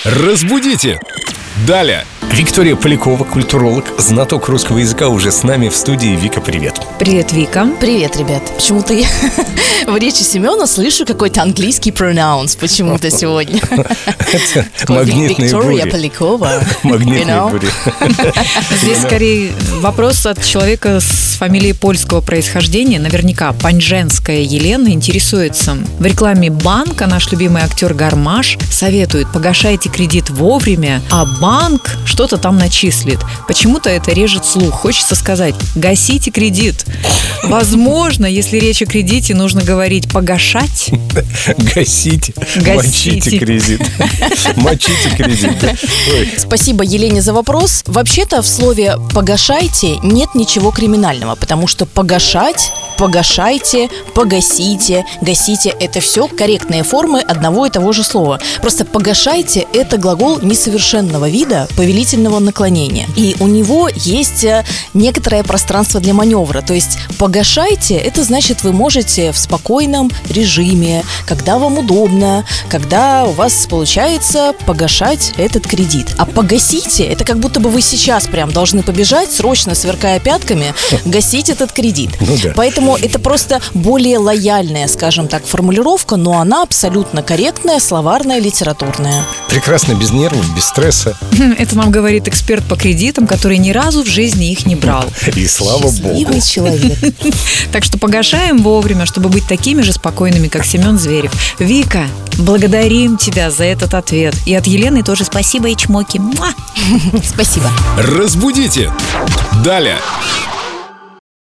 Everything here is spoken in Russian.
Разбудите! Далее! Виктория Полякова, культуролог, знаток русского языка, уже с нами в студии. Вика, привет. Привет, Вика. Привет, ребят. Почему-то я в речи Семена слышу какой-то английский pronounce почему-то сегодня. Это магнитные бури. Виктория Полякова. Магнитные бури. Здесь скорее вопрос от человека с фамилией польского происхождения. Наверняка Паньженская Елена интересуется. В рекламе банка наш любимый актер Гармаш советует: погашайте кредит вовремя, а банк что-то там начислит. Почему-то это режет слух. Хочется сказать: гасите кредит. Возможно, если речь о кредите, нужно говорить погашать. Гасите. Мочите кредит. Мочите кредит. Спасибо Елене за вопрос. Вообще-то в слове «погашайте» нет ничего криминального, потому что погашать, погашайте, погасите, гасите – это все корректные формы одного и того же слова. Просто погашайте – это глагол несовершенного вида повелительного наклонения. И у него есть некоторое пространство для маневра. То есть погашайте – это значит, вы можете в спокойном режиме, когда вам удобно, когда у вас получается погашать этот кредит. А погасите – это как будто бы вы сейчас прям должны побежать, срочно сверкая пятками, гасить этот кредит. Ну да. Поэтому это просто более лояльная, скажем так, формулировка, но она абсолютно корректная, словарная, литературная. Прекрасно, без нервов, без стресса. Это нам говорит эксперт по кредитам, который ни разу в жизни их не брал. И слава богу. Счастливый человек. Так что погашаем вовремя, чтобы быть такими же спокойными, как Семен Зверев. Вика, благодарим тебя за этот ответ. И от Елены тоже спасибо и чмоки. Муа! Спасибо. Разбудите! Далее!